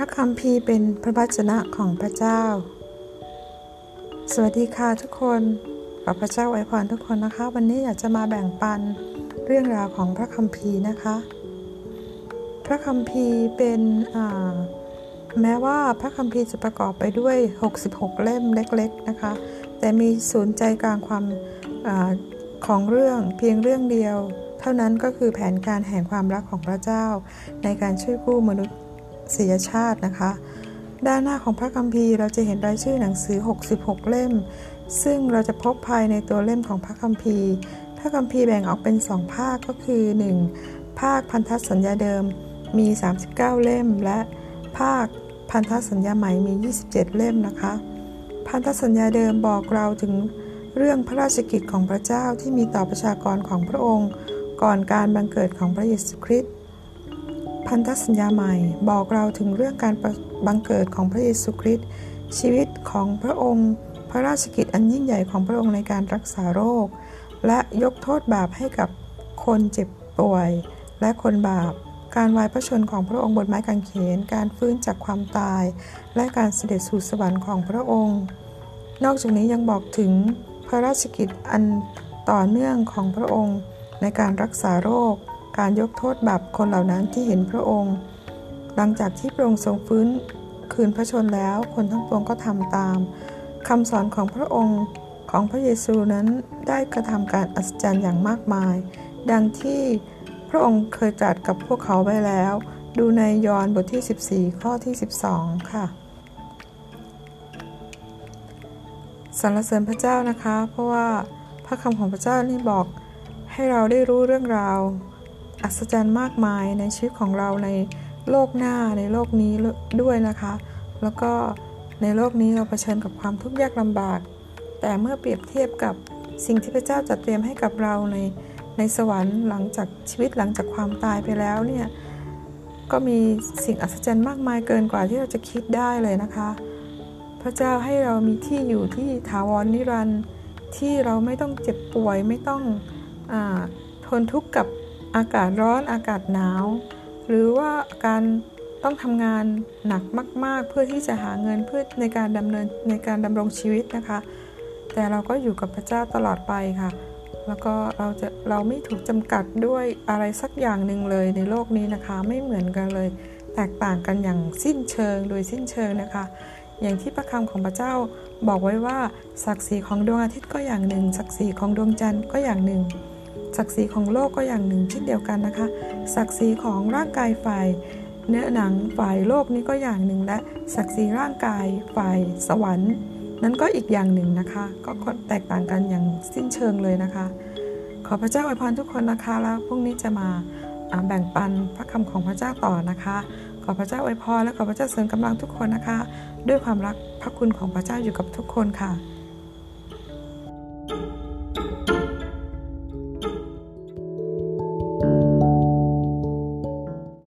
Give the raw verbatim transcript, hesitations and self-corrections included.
คัมภีร์เป็นพระวจนะของพระเจ้าสวัสดีค่ะทุกคนขอพระเจ้าอวยพรทุกคนนะคะวันนี้อยากจะมาแบ่งปันเรื่องราวของพระคัมภีร์นะคะพระคัมภีร์เป็นแม้ว่าพระคัมภีร์จะประกอบไปด้วยหกสิบหกเล่มเล็กๆนะคะแต่มีศูนย์ใจกลางความอของเรื่องเพียงเรื่องเดียวเท่านั้นก็คือแผนการแห่งความรักของพระเจ้าในการช่วยกู้มนุษยชาตินะคะด้านหน้าของพระคัมภีร์เราจะเห็นรายชื่อหนังสือหกสิบหกเล่มซึ่งเราจะพบภายในตัวเล่มของพระคัมภีร์พระคัมภีร์แบ่งออกเป็นสองภาคก็คือหนึ่งภาคพันธสัญญาเดิมมีสามสิบเก้าเล่มและภาคพันธสัญญาใหม่มียี่สิบเจ็ดเล่มนะคะพันธสัญญาเดิมบอกเราถึงเรื่องพระราชกิจของพระเจ้าที่มีต่อประชากรของพระองค์ก่อนการบังเกิดของพระเยซูคริสต์พันธสัญญาใหม่บอกเราถึงเรื่องการบังเกิดของพระเยซูคริสต์ชีวิตของพระองค์พระราชกิจอันยิ่งใหญ่ของพระองค์ในการรักษาโรคและยกโทษบาปให้กับคนเจ็บป่วยและคนบาปการวายพระชนของพระองค์บนไม้กางเขนการฟื้นจากความตายและการเสด็จสู่สวรรค์ของพระองค์นอกจากนี้ยังบอกถึงพระราชกิจอันต่อเนื่องของพระองค์ในการรักษาโรคการยกโทษบาปคนเหล่านั้นที่เห็นพระองค์หลังจากที่พระองค์ทรงฟื้นคืนพระชนแล้วคนทั้งปวงก็ทำตามคำสอนของพระองค์ของพระเยซูนั้นได้กระทำการอัศจรรย์อย่างมากมายดังที่พระองค์เคยตรัสกับพวกเขาไว้แล้วดูในยอห์นบทที่สิบสี่ข้อที่สิบสองค่ะสรรเสริญพระเจ้านะคะเพราะว่าพระคำของพระเจ้านี่บอกให้เราได้รู้เรื่องราวอัศจรรย์มากมายในชีวิตของเราในโลกหน้าในโลกนี้ด้วยนะคะแล้วก็ในโลกนี้เราเผชิญกับความทุกข์ยากลำบากแต่เมื่อเปรียบเทียบกับสิ่งที่พระเจ้าจัดเตรียมให้กับเราในในสวรรค์หลังจากชีวิตหลังจากความตายไปแล้วเนี่ยก็มีสิ่งอัศจรรย์มากมายเกินกว่าที่เราจะคิดได้เลยนะคะพระเจ้าให้เรามีที่อยู่ที่ถาวรนิรันดร์ที่เราไม่ต้องเจ็บป่วยไม่ต้องอ่าทนทุกข์กับอากาศร้อนอากาศหนาวหรือว่าการต้องทำงานหนักมากๆเพื่อที่จะหาเงินเพื่อในการดำเนินในการดำรงชีวิตนะคะแต่เราก็อยู่กับพระเจ้าตลอดไปค่ะแล้วก็เราจะเราไม่ถูกจำกัดด้วยอะไรสักอย่างหนึ่งเลยในโลกนี้นะคะไม่เหมือนกันเลยแตกต่างกันอย่างสิ้นเชิงโดยสิ้นเชิงนะคะอย่างที่พระคำของพระเจ้าบอกไว้ว่าศักดิ์ศรีของดวงอาทิตย์ก็อย่างหนึ่งศักดิ์ศรีของดวงจันทร์ก็อย่างหนึ่งศักดิ์ศรีของโลกก็อย่างหนึ่งเช่นเดียวกันนะคะศักดิ์ศรีของร่างกายฝ่ายเนื้อหนังฝ่ายโลกนี้ก็อย่างหนึ่งและศักดิ์ศรีร่างกายฝ่ายสวรรค์นั้นก็อีกอย่างหนึ่งนะคะก็แตกต่างกันอย่างสิ้นเชิงเลยนะคะขอพระเจ้าอวยพรทุกคนนะคะแล้วพรุ่งนี้จะมาแบ่งปันพระคำของพระเจ้าต่อนะคะขอพระเจ้าอวยพรและขอพระเจ้าเสริมกำลังทุกคนนะคะด้วยความรักพระคุณของพระเจ้าอยู่กับทุกคนค่ะ